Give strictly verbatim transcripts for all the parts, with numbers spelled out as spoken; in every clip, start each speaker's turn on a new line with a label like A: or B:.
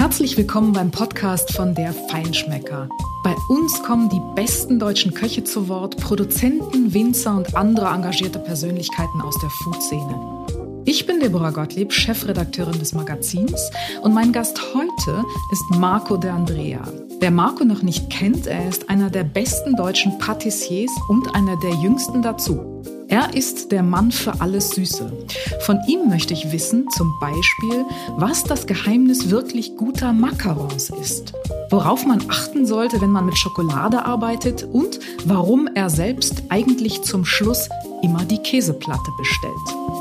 A: Herzlich willkommen beim Podcast von Der Feinschmecker. Bei uns kommen die besten deutschen Köche zu Wort, Produzenten, Winzer und andere engagierte Persönlichkeiten aus der Food-Szene. Ich bin Deborah Gottlieb, Chefredakteurin des Magazins, und mein Gast heute ist Marco De Andrea. Wer Marco noch nicht kennt, er ist einer der besten deutschen Patissiers und einer der jüngsten dazu. Er ist der Mann für alles Süße. Von ihm möchte ich wissen, zum Beispiel, was das Geheimnis wirklich guter Macarons ist, worauf man achten sollte, wenn man mit Schokolade arbeitet und warum er selbst eigentlich zum Schluss immer die Käseplatte bestellt.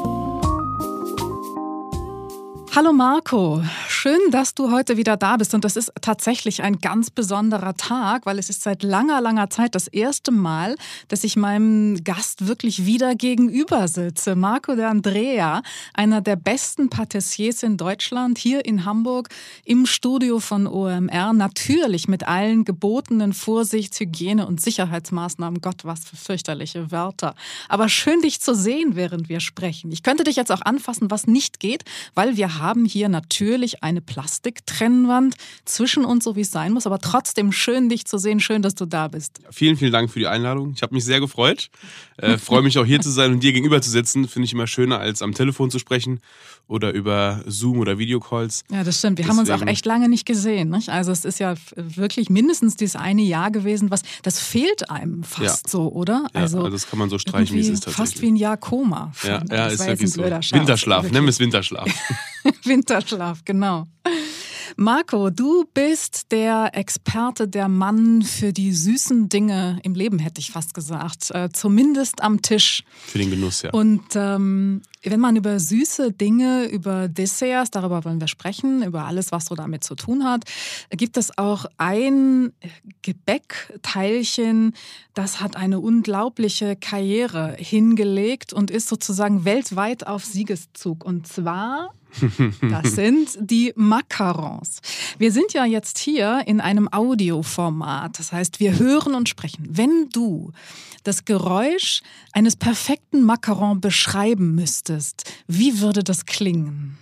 A: Hallo Marco, schön, dass du heute wieder da bist, und das ist tatsächlich ein ganz besonderer Tag, weil es ist seit langer, langer Zeit das erste Mal, dass ich meinem Gast wirklich wieder gegenüber sitze. Marco De Andrea, einer der besten Patissiers in Deutschland, hier in Hamburg im Studio von O M R, natürlich mit allen gebotenen Vorsichts-, Hygiene- und Sicherheitsmaßnahmen. Gott, was für fürchterliche Wörter. Aber schön, dich zu sehen, während wir sprechen. Ich könnte dich jetzt auch anfassen, was nicht geht, weil wir haben haben hier natürlich eine Plastiktrennwand zwischen uns, so wie es sein muss, aber trotzdem schön, dich zu sehen. Schön, dass du da bist.
B: Ja, vielen, vielen Dank für die Einladung. Ich habe mich sehr gefreut. Äh, freue mich auch hier zu sein und dir gegenüber zu sitzen. Finde ich immer schöner, als am Telefon zu sprechen oder über Zoom oder Videocalls.
A: Ja, das stimmt. Wir
B: Deswegen
A: haben uns auch echt lange nicht gesehen. Nicht? Also es ist ja wirklich mindestens dieses eine Jahr gewesen. Was, das fehlt einem fast ja. so, oder?
B: Ja,
A: also,
B: also das kann man so streichen, wie es ist tatsächlich.
A: Fast wie ein Jahr Koma.
B: Ja, ja, ist wirklich so.
A: Schatz,
B: Winterschlaf,
A: wirklich.
B: nennen wir es Winterschlaf.
A: Winterschlaf, genau. Marco, du bist der Experte, der Mann für die süßen Dinge im Leben, hätte ich fast gesagt. Äh, zumindest am Tisch.
B: Für den Genuss, ja.
A: Und ähm, wenn man über süße Dinge, über Desserts, darüber wollen wir sprechen, über alles, was so damit zu tun hat, gibt es auch ein Gebäckteilchen, das hat eine unglaubliche Karriere hingelegt und ist sozusagen weltweit auf Siegeszug. Und zwar... Das sind die Macarons. Wir sind ja jetzt hier in einem Audioformat. Das heißt, wir hören und sprechen. Wenn du das Geräusch eines perfekten Macaron beschreiben müsstest, wie würde das klingen?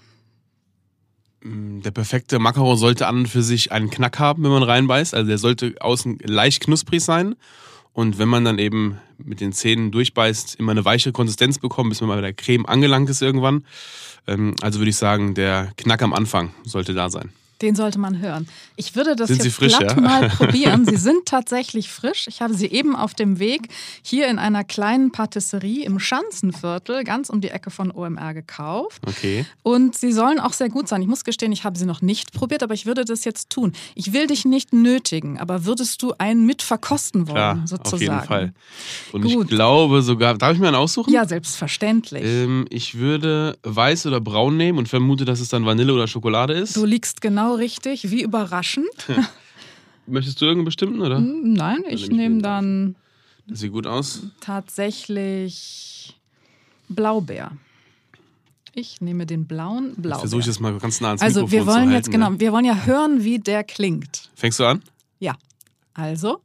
B: Der perfekte Macaron sollte an und für sich einen Knack haben, wenn man reinbeißt. Also der sollte außen leicht knusprig sein. Und wenn man dann eben mit den Zähnen durchbeißt, immer eine weiche Konsistenz bekommt, bis man mal bei der Creme angelangt ist irgendwann. Also würde ich sagen, der Knack am Anfang sollte da sein.
A: Den sollte man hören. Ich würde das
B: sind
A: jetzt
B: Sie frisch,
A: glatt
B: ja?
A: mal probieren. Sie sind tatsächlich frisch. Ich habe sie eben auf dem Weg hier in einer kleinen Patisserie im Schanzenviertel, ganz um die Ecke von O M R, gekauft.
B: Okay.
A: Und sie sollen auch sehr gut sein. Ich muss gestehen, ich habe sie noch nicht probiert, aber ich würde das jetzt tun. Ich will dich nicht nötigen, aber würdest du einen mit verkosten wollen,
B: Klar,
A: sozusagen?
B: auf jeden Fall. Und
A: gut.
B: Ich glaube sogar, darf ich mir einen aussuchen?
A: Ja, selbstverständlich.
B: Ähm, ich würde weiß oder braun nehmen und vermute, dass es dann Vanille oder Schokolade ist.
A: Du liegst genau richtig, wie überraschend.
B: Möchtest du irgendeinen bestimmten, oder?
A: Nein, ich nehme dann...
B: Das sieht gut aus.
A: Tatsächlich Blaubeer. Ich nehme den blauen Blaubeer.
B: Versuche ich das mal ganz nah ans
A: also
B: Mikrofon
A: wir wollen
B: zu halten.
A: jetzt genau,
B: ja.
A: wir wollen ja hören, wie der klingt.
B: Fängst du an?
A: Ja. Also.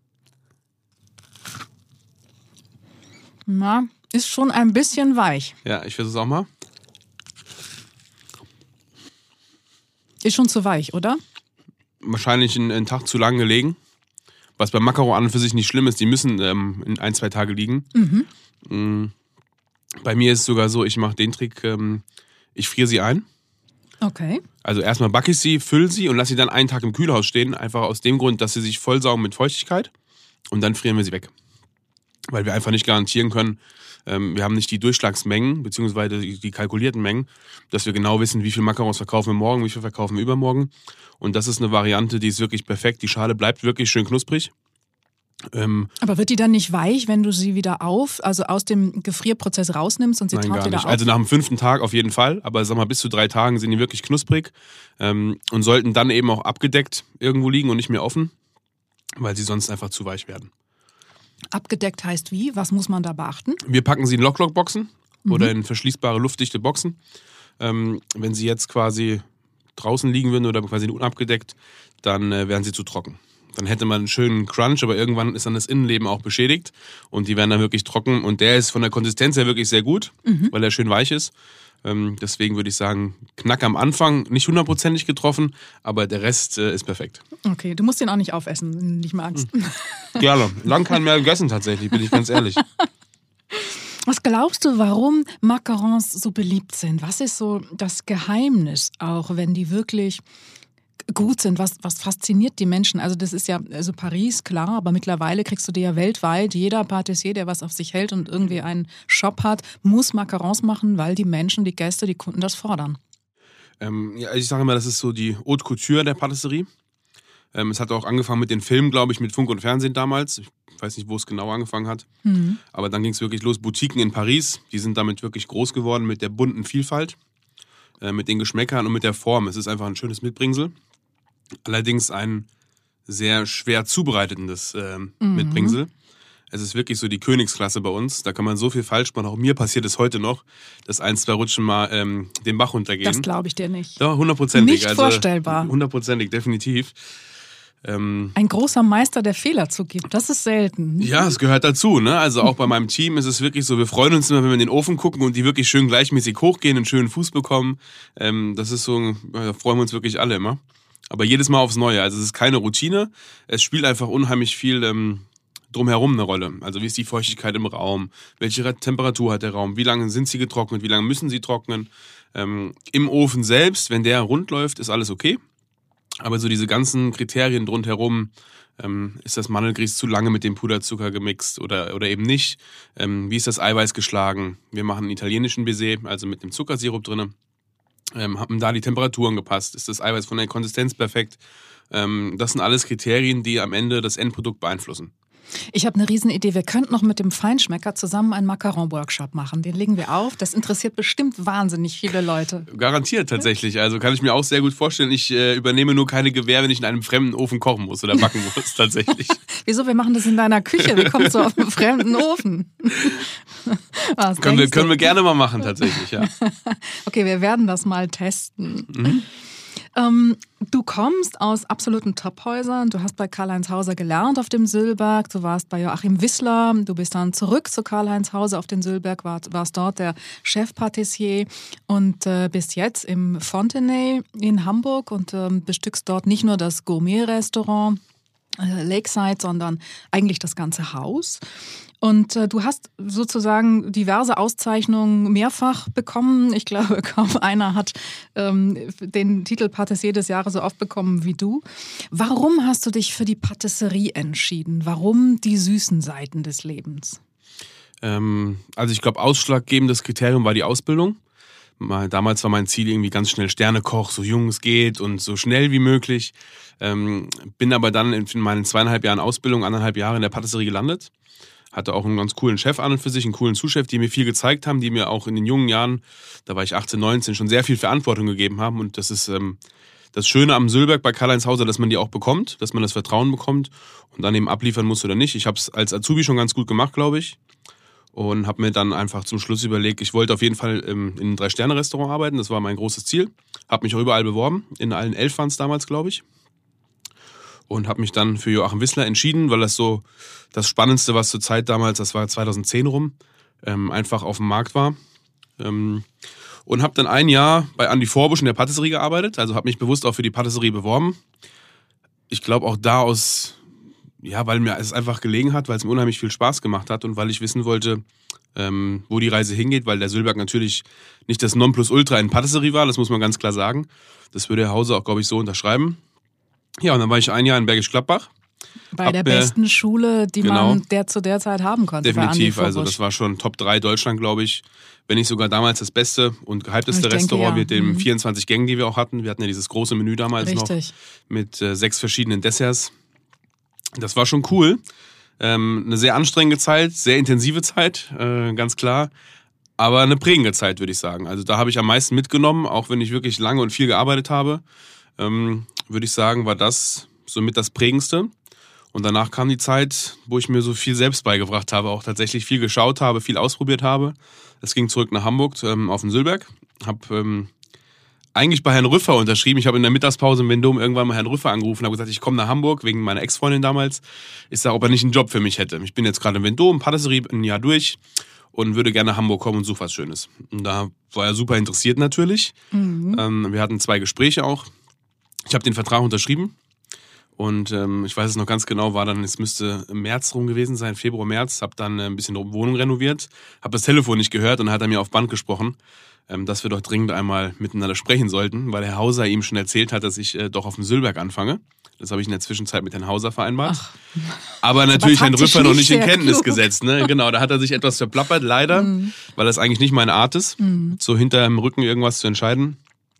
A: Na, ist schon ein bisschen weich.
B: Ja, ich versuche es auch mal.
A: Ist schon zu weich, oder?
B: Wahrscheinlich einen, einen Tag zu lang gelegen. Was beim Macaron an und für sich nicht schlimm ist. Die müssen ähm, in ein, zwei Tage liegen.
A: Mhm.
B: Mhm. Bei mir ist es sogar so, ich mache den Trick, ähm, ich friere sie ein.
A: Okay.
B: Also erstmal backe ich sie, fülle sie und lasse sie dann einen Tag im Kühlhaus stehen. Einfach aus dem Grund, dass sie sich vollsaugen mit Feuchtigkeit. Und dann frieren wir sie weg. Weil wir einfach nicht garantieren können, ähm, wir haben nicht die Durchschlagsmengen, beziehungsweise die, die kalkulierten Mengen, dass wir genau wissen, wie viel Macarons verkaufen wir morgen, wie viel verkaufen wir übermorgen. Und das ist eine Variante, die ist wirklich perfekt. Die Schale bleibt wirklich schön knusprig. Ähm,
A: Aber wird die dann nicht weich, wenn du sie wieder auf, also aus dem Gefrierprozess rausnimmst und sie
B: nein,
A: taut
B: gar
A: wieder
B: nicht.
A: auf?
B: Also nach dem fünften Tag auf jeden Fall, aber sag mal, bis zu drei Tagen sind die wirklich knusprig ähm, und sollten dann eben auch abgedeckt irgendwo liegen und nicht mehr offen, weil sie sonst einfach zu weich werden.
A: Abgedeckt heißt wie? Was muss man da beachten?
B: Wir packen sie in Lock-Lock-Boxen
A: Mhm.
B: oder in verschließbare, luftdichte Boxen. Ähm, wenn sie jetzt quasi draußen liegen würden oder quasi unabgedeckt, dann äh, wären sie zu trocken. Dann hätte man einen schönen Crunch, aber irgendwann ist dann das Innenleben auch beschädigt und die werden dann wirklich trocken. Und der ist von der Konsistenz her wirklich sehr gut, mhm. weil er schön weich ist. Ähm, deswegen würde ich sagen, Knack am Anfang, nicht hundertprozentig getroffen, aber der Rest äh, ist perfekt.
A: Okay, du musst den auch nicht aufessen, wenn du nicht magst.
B: Gerne. Lang keinen mehr gegessen tatsächlich, bin ich ganz ehrlich.
A: Was glaubst du, warum Macarons so beliebt sind? Was ist so das Geheimnis auch, wenn die wirklich gut sind? Was, was fasziniert die Menschen? Also das ist ja, also Paris, klar, aber mittlerweile kriegst du dir ja weltweit, jeder Patissier, der was auf sich hält und irgendwie einen Shop hat, muss Macarons machen, weil die Menschen, die Gäste, die Kunden das fordern.
B: Ähm, ja, ich sage immer, das ist so die Haute Couture der Patisserie. Ähm, es hat auch angefangen mit den Filmen, glaube ich, mit Funk und Fernsehen damals. Ich weiß nicht, wo es genau angefangen hat. Mhm. Aber dann ging es wirklich los. Boutiquen in Paris, die sind damit wirklich groß geworden mit der bunten Vielfalt, äh, mit den Geschmäckern und mit der Form. Es ist einfach ein schönes Mitbringsel. Allerdings ein sehr schwer zubereitendes äh, mhm. Mitbringsel. Es ist wirklich so die Königsklasse bei uns. Da kann man so viel falsch machen. Auch mir passiert es heute noch, dass ein, zwei Rutschen mal ähm, den Bach runtergehen.
A: Das glaube ich dir nicht.
B: Ja, hundertprozentig.
A: Nicht also, vorstellbar.
B: Hundertprozentig, definitiv. Ähm,
A: ein großer Meister, der Fehler zugibt. Das ist selten.
B: Ja, es gehört dazu. Ne? Also auch bei meinem Team ist es wirklich so, wir freuen uns immer, wenn wir in den Ofen gucken und die wirklich schön gleichmäßig hochgehen, einen schönen Fuß bekommen. Ähm, das ist so, da freuen wir uns wirklich alle immer. Aber jedes Mal aufs Neue. Also es ist keine Routine. Es spielt einfach unheimlich viel ähm, drumherum eine Rolle. Also wie ist die Feuchtigkeit im Raum? Welche Temperatur hat der Raum? Wie lange sind sie getrocknet? Wie lange müssen sie trocknen? Ähm, Im Ofen selbst, wenn der rund läuft, ist alles okay. Aber so diese ganzen Kriterien drumherum, ähm, ist das Mandelgrieß zu lange mit dem Puderzucker gemixt oder, oder eben nicht? Ähm, wie ist das Eiweiß geschlagen? Wir machen einen italienischen Baiser, also mit dem Zuckersirup drin. Ähm, haben da die Temperaturen gepasst? Ist das Eiweiß von der Konsistenz perfekt? Ähm, das sind alles Kriterien, die am Ende das Endprodukt beeinflussen.
A: Ich habe eine Riesenidee. Wir könnten noch mit dem Feinschmecker zusammen einen Macaron-Workshop machen. Den legen wir auf. Das interessiert bestimmt wahnsinnig viele Leute.
B: Garantiert tatsächlich. Also kann ich mir auch sehr gut vorstellen. Ich äh, übernehme nur keine Gewähr, wenn ich in einem fremden Ofen kochen muss oder backen muss, tatsächlich.
A: Wieso? Wir machen das in deiner Küche. Wie kommst du auf einen fremden Ofen? Was
B: können, wir, können wir gerne mal machen, tatsächlich, ja.
A: Okay, wir werden das mal testen. Mhm. Ähm, du kommst aus absoluten Tophäusern. Du hast bei Karl-Heinz Hauser gelernt auf dem Sülberg. Du warst bei Joachim Wissler. Du bist dann zurück zu Karl-Heinz Hauser auf den Sülberg, war, warst dort der Chefpatissier und äh, bist jetzt im Fontenay in Hamburg und äh, bestückst dort nicht nur das Gourmet-Restaurant äh, Lakeside, sondern eigentlich das ganze Haus. Und äh, du hast sozusagen diverse Auszeichnungen mehrfach bekommen. Ich glaube, kaum einer hat ähm, den Titel Patissier des Jahres so oft bekommen wie du. Warum hast du dich für die Patisserie entschieden? Warum die süßen Seiten des Lebens?
B: Ähm, also ich glaube, ausschlaggebendes Kriterium war die Ausbildung. Damals war mein Ziel irgendwie ganz schnell Sternekoch, so jung es geht und so schnell wie möglich. Ähm, bin aber dann in meinen zweieinhalb Jahren Ausbildung, anderthalb Jahre in der Patisserie gelandet. Hatte auch einen ganz coolen Chef an und für sich, einen coolen Zuschef, die mir viel gezeigt haben, die mir auch in den jungen Jahren, da war ich achtzehn, neunzehn, schon sehr viel Verantwortung gegeben haben. Und das ist ähm, das Schöne am Sülberg bei Karl-Heinz Hauser, dass man die auch bekommt, dass man das Vertrauen bekommt und dann eben abliefern muss oder nicht. Ich habe es als Azubi schon ganz gut gemacht, glaube ich. Und habe mir dann einfach zum Schluss überlegt, ich wollte auf jeden Fall ähm, in einem Drei-Sterne-Restaurant arbeiten. Das war mein großes Ziel. Habe mich auch überall beworben, in allen elf waren es damals, glaube ich. Und habe mich dann für Joachim Wissler entschieden, weil das so das Spannendste, was zur Zeit damals, das war zweitausendzehn rum, ähm, einfach auf dem Markt war. Ähm, und habe dann ein Jahr bei Andi Vorbusch in der Patisserie gearbeitet, also habe mich bewusst auch für die Patisserie beworben. Ich glaube auch da aus, ja, weil mir es einfach gelegen hat, weil es mir unheimlich viel Spaß gemacht hat und weil ich wissen wollte, ähm, wo die Reise hingeht, weil der Sülberg natürlich nicht das Nonplusultra in Patisserie war, das muss man ganz klar sagen. Das würde Herr Hauser auch, glaube ich, so unterschreiben. Ja, und dann war ich ein Jahr in Bergisch Gladbach.
A: Bei Hab, der besten äh, Schule, die genau, man der zu der Zeit haben konnte.
B: Definitiv, also das war schon Top drei Deutschland, glaube ich. Wenn nicht sogar damals das beste und gehypteste ich Restaurant denke, ja. mit den mhm. vierundzwanzig Gängen, die wir auch hatten. Wir hatten ja dieses große Menü damals Richtig. noch mit äh, sechs verschiedenen Desserts. Das war schon cool. Ähm, eine sehr anstrengende Zeit, sehr intensive Zeit, äh, ganz klar. Aber eine prägende Zeit, würde ich sagen. Also da habe ich am meisten mitgenommen, auch wenn ich wirklich lange und viel gearbeitet habe. Ähm, würde ich sagen, war das somit das Prägendste. Und danach kam die Zeit, wo ich mir so viel selbst beigebracht habe, auch tatsächlich viel geschaut habe, viel ausprobiert habe. Es ging zurück nach Hamburg ähm, auf den Sülberg. Habe ähm, eigentlich bei Herrn Rüffer unterschrieben. Ich habe in der Mittagspause im Vendôme irgendwann mal Herrn Rüffer angerufen und habe gesagt, ich komme nach Hamburg wegen meiner Ex-Freundin damals. Ich sage, ob er nicht einen Job für mich hätte. Ich bin jetzt gerade im Vendôme, Patisserie, ein Jahr durch. und würde gerne nach Hamburg kommen und suche was Schönes. Und da war er super interessiert natürlich. Mhm. Ähm, wir hatten zwei Gespräche auch. Ich habe den Vertrag unterschrieben und ähm, ich weiß es noch ganz genau, war dann, es müsste im März rum gewesen sein, Februar, März, habe dann ein bisschen Wohnung renoviert, habe das Telefon nicht gehört und dann hat er mir auf Band gesprochen, ähm, dass wir doch dringend einmal miteinander sprechen sollten, weil Herr Hauser ihm schon erzählt hat, dass ich äh, doch auf dem Sülberg anfange. Das habe ich in der Zwischenzeit mit Herrn Hauser vereinbart. Ach. Aber natürlich Herrn Rüffer noch nicht in Kenntnis klug. gesetzt. Ne? Genau, da hat er sich etwas verplappert, leider, mm. weil das eigentlich nicht meine Art ist, mm. so hinter dem Rücken irgendwas zu entscheiden.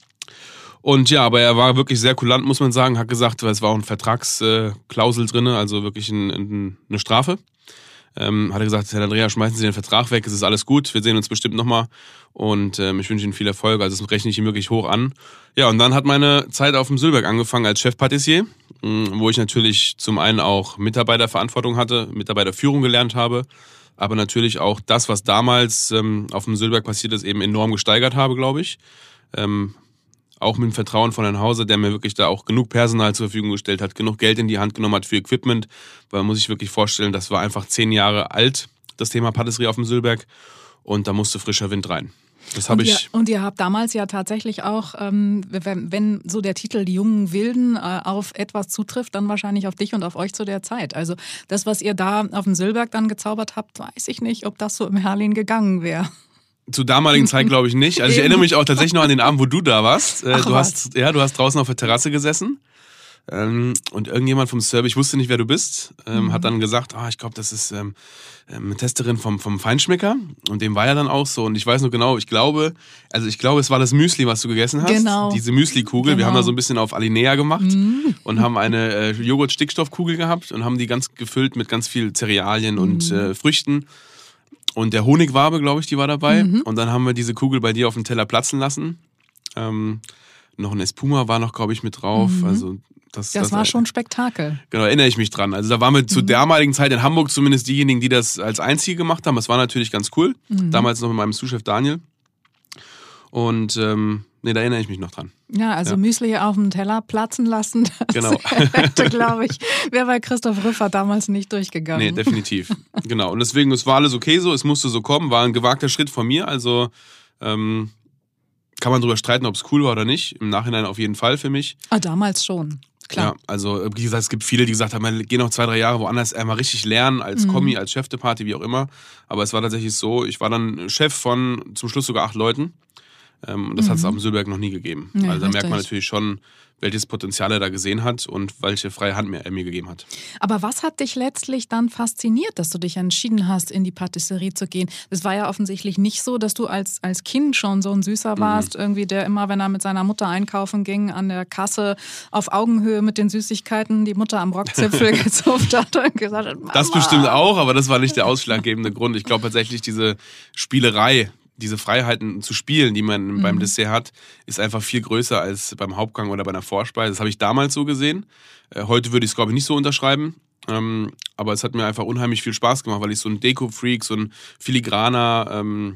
B: Und ja, aber er war wirklich sehr kulant, muss man sagen, hat gesagt, es war auch eine Vertragsklausel drin, also wirklich ein, ein, eine Strafe. Ähm, hat er gesagt, Herr Andrea, schmeißen Sie den Vertrag weg, es ist alles gut, wir sehen uns bestimmt nochmal und ähm, ich wünsche Ihnen viel Erfolg, also das rechne ich ihm wirklich hoch an. Ja, und dann hat meine Zeit auf dem Sülberg angefangen als Chefpatissier, wo ich natürlich zum einen auch Mitarbeiterverantwortung hatte, Mitarbeiterführung gelernt habe, aber natürlich auch das, was damals ähm, auf dem Sülberg passiert ist, eben enorm gesteigert habe, glaube ich. Ähm, Auch mit dem Vertrauen von Herrn Hauser, der mir wirklich da auch genug Personal zur Verfügung gestellt hat, genug Geld in die Hand genommen hat für Equipment. Weil man muss sich wirklich vorstellen, das war einfach zehn Jahre alt, das Thema Patisserie auf dem Sülberg. Und da musste frischer Wind rein. Das habe ich.
A: Und ihr habt damals ja tatsächlich auch, ähm, wenn, wenn so der Titel Die jungen Wilden äh, auf etwas zutrifft, dann wahrscheinlich auf dich und auf euch zu der Zeit. Also das, was ihr da auf dem Sülberg dann gezaubert habt, weiß ich nicht, ob das so im Herlin gegangen wäre.
B: Zur damaligen Zeit glaube ich nicht. Also ich erinnere mich auch tatsächlich noch an den Abend, wo du da warst. Ach, du hast, ja, du hast draußen auf der Terrasse gesessen ähm, und irgendjemand vom Service, ich wusste nicht, wer du bist, ähm, mhm. hat dann gesagt, ah, ich glaube, das ist ähm, eine Testerin vom vom Feinschmecker und dem war ja dann auch so. Und ich weiß noch genau, ich glaube, also ich glaube, es war das Müsli, was du gegessen hast. Genau. Diese Müsli-Kugel. Genau. Wir haben da so ein bisschen auf Alinea gemacht mhm. und haben eine äh, Joghurt-Stickstoffkugel gehabt und haben die ganz gefüllt mit ganz viel Cerealien mhm. und äh, Früchten. Und der Honigwabe, glaube ich, die war dabei. Mhm. Und dann haben wir diese Kugel bei dir auf dem Teller platzen lassen. Ähm, noch ein Espuma war noch, glaube ich, mit drauf. Mhm. Also das,
A: das, das war schon Spektakel.
B: Genau, erinnere ich mich dran. Also da waren wir mhm. zu damaligen Zeit in Hamburg zumindest diejenigen, die das als Einzige gemacht haben. Das war natürlich ganz cool. Mhm. Damals noch mit meinem Sous-Chef Daniel. Und ähm, nee, da erinnere ich mich noch dran.
A: Ja, also ja. Müsli auf dem Teller platzen lassen, das
B: genau.
A: hätte, glaube ich, wäre bei Christoph Rüffer damals nicht durchgegangen.
B: Nee, definitiv. Genau. Und deswegen, es war alles okay so, es musste so kommen, war ein gewagter Schritt von mir. Also ähm, kann man drüber streiten, ob es cool war oder nicht. Im Nachhinein auf jeden Fall für mich.
A: Ah, damals schon. Klar.
B: Ja, also wie gesagt, es gibt viele, die gesagt haben, geh noch zwei, drei Jahre woanders einmal richtig lernen, als mhm. Kommi, als Chef de Party, wie auch immer. Aber es war tatsächlich so, ich war dann Chef von zum Schluss sogar acht Leuten. Und das mhm. hat es auf dem Sülberg noch nie gegeben. Ja, also da merkt man natürlich schon, welches Potenzial er da gesehen hat und welche freie Hand er mir gegeben hat.
A: Aber was hat dich letztlich dann fasziniert, dass du dich entschieden hast, in die Patisserie zu gehen? Es war ja offensichtlich nicht so, dass du als, als Kind schon so ein Süßer warst, mhm. irgendwie der immer, wenn er mit seiner Mutter einkaufen ging, an der Kasse auf Augenhöhe mit den Süßigkeiten die Mutter am Rockzipfel gezupft hat und gesagt hat, Mama.
B: Das bestimmt auch, aber das war nicht der ausschlaggebende Grund. Ich glaube tatsächlich, diese Spielerei, diese Freiheiten zu spielen, die man mhm. beim Dessert hat, ist einfach viel größer als beim Hauptgang oder bei einer Vorspeise. Das habe ich damals so gesehen. Heute würde ich es, glaube ich, nicht so unterschreiben. Aber es hat mir einfach unheimlich viel Spaß gemacht, weil ich so ein Deko-Freak, so ein filigraner, ähm,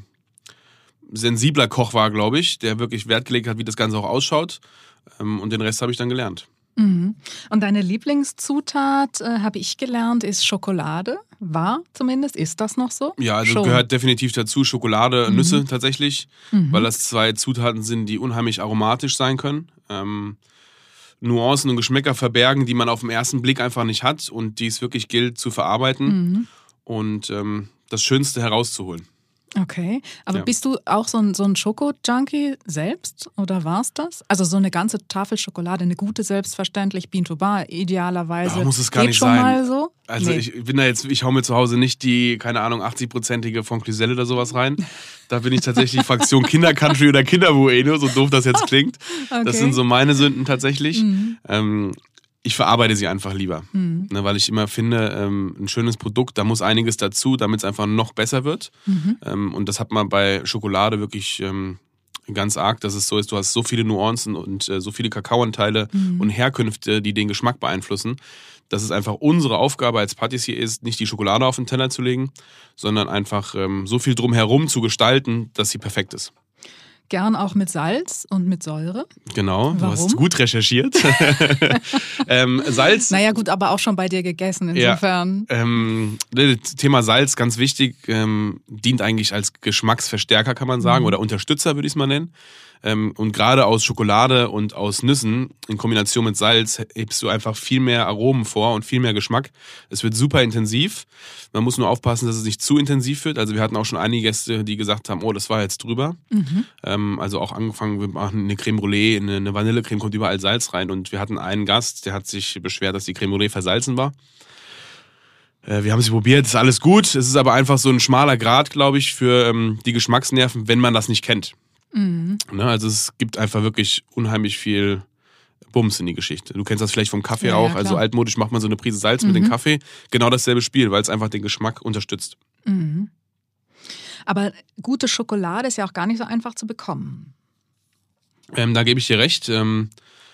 B: sensibler Koch war, glaube ich, der wirklich Wert gelegt hat, wie das Ganze auch ausschaut. Und den Rest habe ich dann gelernt.
A: Mhm. Und deine Lieblingszutat, äh, habe ich gelernt, ist Schokolade. War zumindest. Ist das noch so?
B: Ja, also Schon. Gehört definitiv dazu. Schokolade, mhm. Nüsse tatsächlich, mhm. weil das zwei Zutaten sind, die unheimlich aromatisch sein können. Ähm, Nuancen und Geschmäcker verbergen, die man auf den ersten Blick einfach nicht hat und die es wirklich gilt zu verarbeiten mhm. und ähm, das Schönste herauszuholen.
A: Okay, aber ja. Bist du auch so ein, so ein Schoko-Junkie selbst oder war's das? Also so eine ganze Tafel Schokolade, eine gute selbstverständlich, Bean to Bar idealerweise.
B: Ja, muss es gar
A: Geht
B: nicht
A: schon
B: sein.
A: Mal so?
B: Also nee. ich bin da jetzt, ich hau mir zu Hause nicht die, keine Ahnung, achtzig-prozentige von Cluzelle oder sowas rein. Da bin ich tatsächlich Fraktion Kindercountry oder Kinderbueno, so doof das jetzt klingt. Okay. Das sind so meine Sünden tatsächlich. Mhm. Ähm, Ich verarbeite sie einfach lieber, mhm. ne, weil ich immer finde, ähm, ein schönes Produkt, da muss einiges dazu, damit es einfach noch besser wird. Mhm. Ähm, und das hat man bei Schokolade wirklich ähm, ganz arg, dass es so ist, du hast so viele Nuancen und äh, so viele Kakaoanteile mhm. und Herkünfte, die den Geschmack beeinflussen, dass es einfach unsere Aufgabe als Patissier ist, nicht die Schokolade auf den Teller zu legen, sondern einfach ähm, so viel drumherum zu gestalten, dass sie perfekt ist.
A: Gern auch mit Salz und mit Säure.
B: Genau,
A: Warum?
B: Du hast gut recherchiert. ähm, Salz.
A: Naja gut, aber auch schon bei dir gegessen, insofern.
B: Ja, ähm, das Thema Salz, ganz wichtig, ähm, dient eigentlich als Geschmacksverstärker, kann man sagen, mhm. oder Unterstützer, würde ich es mal nennen. Ähm, und gerade aus Schokolade und aus Nüssen in Kombination mit Salz hebst du einfach viel mehr Aromen vor und viel mehr Geschmack. Es wird super intensiv. Man muss nur aufpassen, dass es nicht zu intensiv wird. Also wir hatten auch schon einige Gäste, die gesagt haben, oh, das war jetzt drüber. Mhm. Ähm, also auch angefangen, wir machen eine Creme Brûlée, eine, eine Vanillecreme, kommt überall Salz rein. Und wir hatten einen Gast, der hat sich beschwert, dass die Creme Brûlée versalzen war. Äh, wir haben sie probiert, ist alles gut. Es ist aber einfach so ein schmaler Grat, glaube ich, für ähm, die Geschmacksnerven, wenn man das nicht kennt. Mhm. Ne, also es gibt einfach wirklich unheimlich viel Bums in die Geschichte. Du kennst das vielleicht vom Kaffee
A: ja,
B: auch.
A: ja,
B: also altmodisch macht man so eine Prise Salz mhm. mit dem Kaffee. Genau dasselbe Spiel, weil es einfach den Geschmack unterstützt.
A: Mhm. Aber gute Schokolade ist ja auch gar nicht so einfach zu bekommen.
B: Ähm, da gebe ich dir recht. Ähm,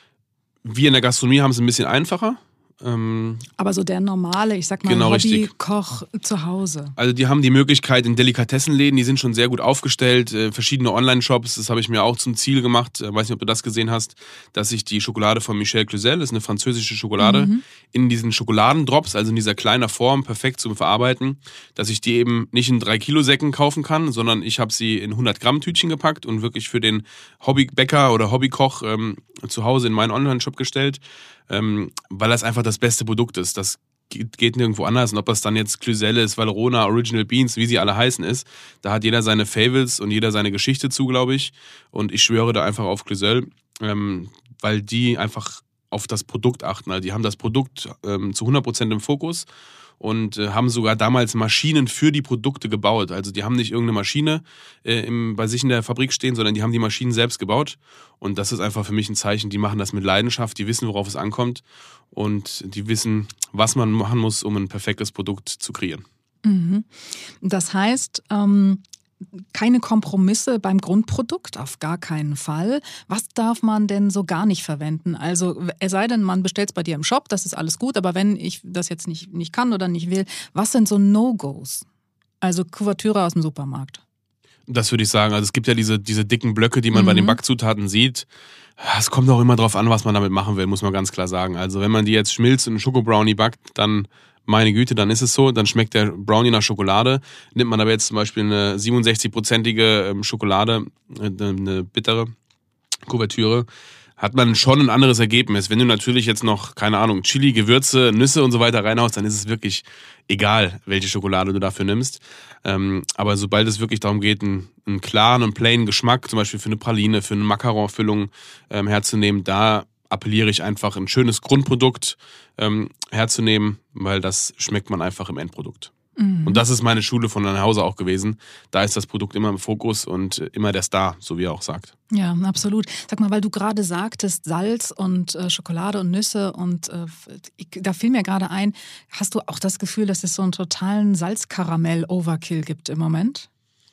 B: wir in der Gastronomie haben es ein bisschen einfacher. Ähm,
A: Aber so der normale, ich sag mal,
B: genau,
A: Hobbykoch zu Hause.
B: Also die haben die Möglichkeit in Delikatessenläden, die sind schon sehr gut aufgestellt, äh, verschiedene Online-Shops, das habe ich mir auch zum Ziel gemacht, äh, weiß nicht, ob du das gesehen hast, dass ich die Schokolade von Michel Cluzel, das ist eine französische Schokolade, mhm. in diesen Schokoladendrops, also in dieser kleinen Form, perfekt zum Verarbeiten, dass ich die eben nicht in drei Kilo Säcken kaufen kann, sondern ich habe sie in hundert Gramm Tütchen gepackt und wirklich für den Hobbybäcker oder Hobbykoch ähm, zu Hause in meinen Online-Shop gestellt. Ähm, weil das einfach das beste Produkt ist. Das geht nirgendwo anders. Und ob das dann jetzt Cluzel ist, Valrhona, Original Beans, wie sie alle heißen ist, da hat jeder seine Favorites und jeder seine Geschichte zu, glaube ich. Und ich schwöre da einfach auf Cluzel, ähm, weil die einfach auf das Produkt achten. Also die haben das Produkt ähm, zu hundert Prozent im Fokus und äh, haben sogar damals Maschinen für die Produkte gebaut. Also die haben nicht irgendeine Maschine äh, im, bei sich in der Fabrik stehen, sondern die haben die Maschinen selbst gebaut. Und das ist einfach für mich ein Zeichen, die machen das mit Leidenschaft, die wissen, worauf es ankommt und die wissen, was man machen muss, um ein perfektes Produkt zu kreieren.
A: Mhm. Das heißt, ähm keine Kompromisse beim Grundprodukt, auf gar keinen Fall. Was darf man denn so gar nicht verwenden? Also es sei denn, man bestellt es bei dir im Shop, das ist alles gut, aber wenn ich das jetzt nicht, nicht kann oder nicht will, was sind so No-Gos? Also Kuvertüre aus dem Supermarkt.
B: Das würde ich sagen. Also es gibt ja diese, diese dicken Blöcke, die man mhm. bei den Backzutaten sieht. Es kommt auch immer drauf an, was man damit machen will, muss man ganz klar sagen. Also wenn man die jetzt schmilzt und einen Schokobrownie backt, dann meine Güte, dann ist es so, dann schmeckt der Brownie nach Schokolade. Nimmt man aber jetzt zum Beispiel eine siebenundsechzig-prozentige Schokolade, eine bittere Kuvertüre, hat man schon ein anderes Ergebnis. Wenn du natürlich jetzt noch, keine Ahnung, Chili, Gewürze, Nüsse und so weiter reinhaust, dann ist es wirklich egal, welche Schokolade du dafür nimmst. Ähm, aber sobald es wirklich darum geht, einen, einen klaren und plainen Geschmack, zum Beispiel für eine Praline, für eine Macaron-Füllung ähm, herzunehmen, da appelliere ich einfach, ein schönes Grundprodukt ähm, herzunehmen, weil das schmeckt man einfach im Endprodukt. Mhm. Und das ist meine Schule von zu Hause auch gewesen. Da ist das Produkt immer im Fokus und immer der Star, so wie er auch sagt.
A: Ja, absolut. Sag mal, weil du gerade sagtest, Salz und äh, Schokolade und Nüsse und äh, ich, da fiel mir gerade ein, hast du auch das Gefühl, dass es so einen totalen Salzkaramell-Overkill gibt im Moment?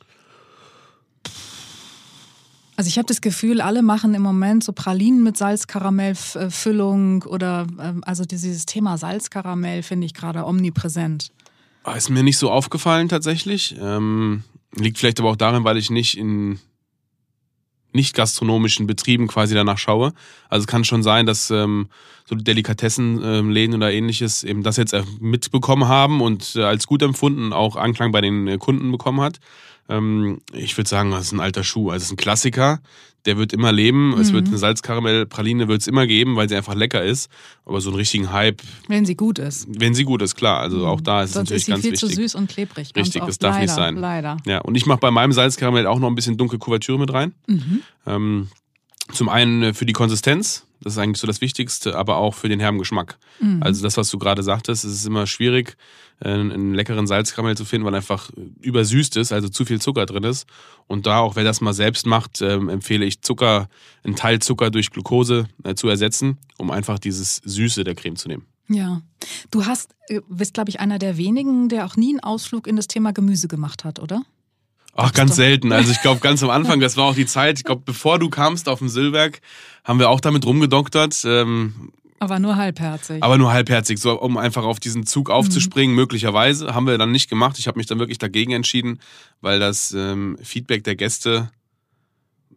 A: Also ich habe das Gefühl, alle machen im Moment so Pralinen mit Salzkaramellfüllung oder ähm, also dieses Thema Salzkaramell finde ich gerade omnipräsent.
B: Ist mir nicht so aufgefallen tatsächlich. Ähm, liegt vielleicht aber auch darin, weil ich nicht in nicht gastronomischen Betrieben quasi danach schaue. Also es kann schon sein, dass ähm, so Delikatessenläden oder ähnliches eben das jetzt mitbekommen haben und äh, als gut empfunden auch Anklang bei den äh, Kunden bekommen hat. Ähm, ich würde sagen, das ist ein alter Schuh. Also es ist ein Klassiker, der wird immer leben. Mhm. Es wird eine Salzkaramellpraline wird es immer geben, weil sie einfach lecker ist. Aber so einen richtigen Hype.
A: Wenn sie gut ist.
B: Wenn sie gut ist, klar. Also auch da ist es natürlich ganz wichtig.
A: Sonst ist sie viel zu süß und klebrig.
B: Richtig, das darf
A: leider,
B: nicht sein.
A: Leider.
B: Ja, und ich mache bei meinem Salzkaramell auch noch ein bisschen dunkle Kuvertüre mit rein. Mhm. Ähm, zum einen für die Konsistenz. Das ist eigentlich so das Wichtigste, aber auch für den herben Geschmack. Mhm. Also das, was du gerade sagtest, es ist immer schwierig, einen leckeren Salzkaramell zu finden, weil einfach übersüßt ist, also zu viel Zucker drin ist. Und da, auch wer das mal selbst macht, ähm, empfehle ich Zucker, einen Teil Zucker durch Glucose äh, zu ersetzen, um einfach dieses Süße der Creme zu nehmen.
A: Ja, du hast, bist, glaube ich, einer der wenigen, der auch nie einen Ausflug in das Thema Gemüse gemacht hat, oder?
B: Ach, ganz selten. Also ich glaube, ganz am Anfang, das war auch die Zeit, ich glaube, bevor du kamst auf dem Sillwerk, haben wir auch damit rumgedoktert. Ähm,
A: aber nur halbherzig.
B: Aber nur halbherzig, so um einfach auf diesen Zug aufzuspringen, mhm. möglicherweise. Haben wir dann nicht gemacht. Ich habe mich dann wirklich dagegen entschieden, weil das ähm, Feedback der Gäste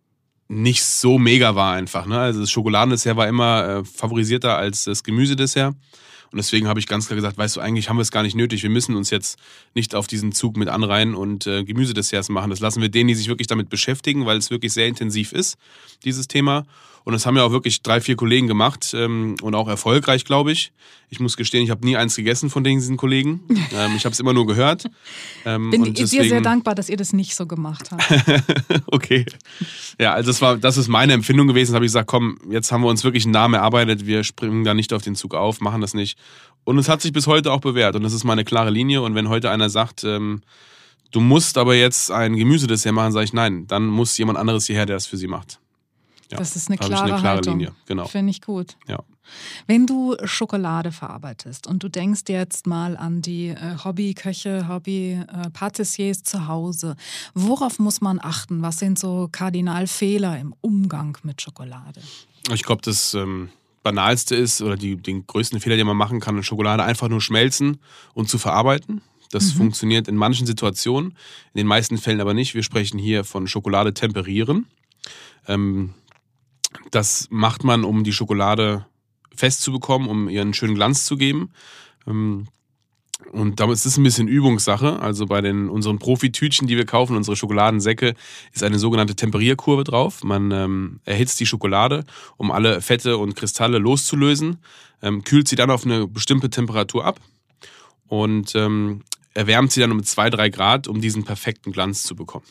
B: nicht so mega war einfach. Ne? Also das Schokoladendessert war immer äh, favorisierter als das Gemüsedessert. Und deswegen habe ich ganz klar gesagt, weißt du, eigentlich haben wir es gar nicht nötig. Wir müssen uns jetzt nicht auf diesen Zug mit anreihen und äh, Gemüsedesserts machen. Das lassen wir denen, die sich wirklich damit beschäftigen, weil es wirklich sehr intensiv ist, dieses Thema. Und das haben ja auch wirklich drei, vier Kollegen gemacht ähm, und auch erfolgreich, glaube ich. Ich muss gestehen, ich habe nie eins gegessen von diesen Kollegen. Ähm, ich habe es immer nur gehört. Ähm,
A: Bin
B: und
A: dir
B: deswegen...
A: sehr dankbar, dass ihr das nicht so gemacht habt.
B: Okay. Ja, also das war, das ist meine Empfindung gewesen. Da habe ich gesagt, komm, jetzt haben wir uns wirklich einen Namen erarbeitet. Wir springen da nicht auf den Zug auf, machen das nicht. Und es hat sich bis heute auch bewährt. Und das ist meine klare Linie. Und wenn heute einer sagt, ähm, du musst aber jetzt ein Gemüsedessert machen, sage ich, nein, dann muss jemand anderes hierher, der das für sie macht. Ja,
A: das ist eine
B: da
A: klare,
B: habe ich eine klare
A: Haltung.
B: Linie. Genau.
A: Finde ich gut.
B: Ja.
A: Wenn du Schokolade verarbeitest und du denkst jetzt mal an die äh, Hobbyköche, Hobby-Patissiers zu Hause, worauf muss man achten? Was sind so Kardinalfehler im Umgang mit Schokolade?
B: Ich glaube, das ähm, Banalste ist, oder die, den größten Fehler, den man machen kann, in Schokolade einfach nur schmelzen und zu verarbeiten. Das mhm. funktioniert in manchen Situationen, in den meisten Fällen aber nicht. Wir sprechen hier von Schokolade temperieren. Ähm, Das macht man, um die Schokolade festzubekommen, um ihr einen schönen Glanz zu geben. Und damit ist es ein bisschen Übungssache. Also bei den unseren Profitütchen, die wir kaufen, unsere Schokoladensäcke, ist eine sogenannte Temperierkurve drauf. Man ähm, erhitzt die Schokolade, um alle Fette und Kristalle loszulösen, ähm, kühlt sie dann auf eine bestimmte Temperatur ab und ähm, erwärmt sie dann um zwei, drei Grad, um diesen perfekten Glanz zu bekommen.